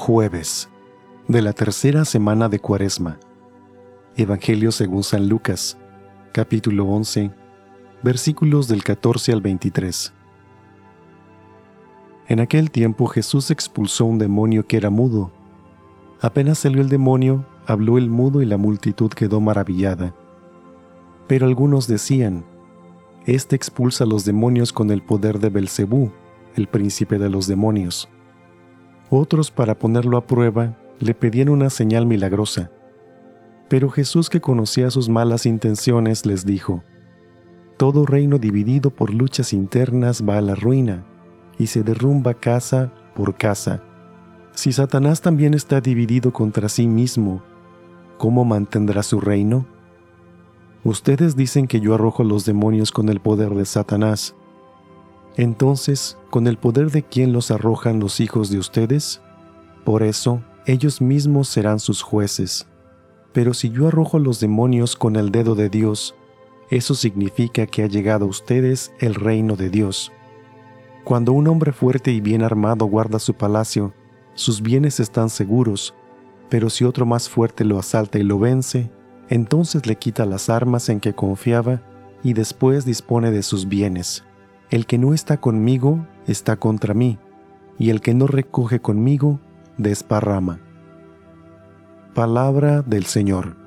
Jueves de la tercera semana de Cuaresma. Evangelio según San Lucas, capítulo 11, versículos del 14 al 23. En aquel tiempo Jesús expulsó un demonio que era mudo. Apenas salió el demonio, habló el mudo y la multitud quedó maravillada. Pero algunos decían: Este expulsa a los demonios con el poder de Belcebú, el príncipe de los demonios. Otros, para ponerlo a prueba, le pedían una señal milagrosa. Pero Jesús, que conocía sus malas intenciones, les dijo: Todo reino dividido por luchas internas va a la ruina, y se derrumba casa por casa. Si Satanás también está dividido contra sí mismo, ¿cómo mantendrá su reino? Ustedes dicen que yo arrojo los demonios con el poder de Satanás. Entonces, ¿con el poder de quién los arrojan los hijos de ustedes? Por eso, ellos mismos serán sus jueces. Pero si yo arrojo los demonios con el dedo de Dios, eso significa que ha llegado a ustedes el reino de Dios. Cuando un hombre fuerte y bien armado guarda su palacio, sus bienes están seguros, pero si otro más fuerte lo asalta y lo vence, entonces le quita las armas en que confiaba y después dispone de sus bienes. El que no está conmigo está contra mí, y el que no recoge conmigo desparrama. Palabra del Señor.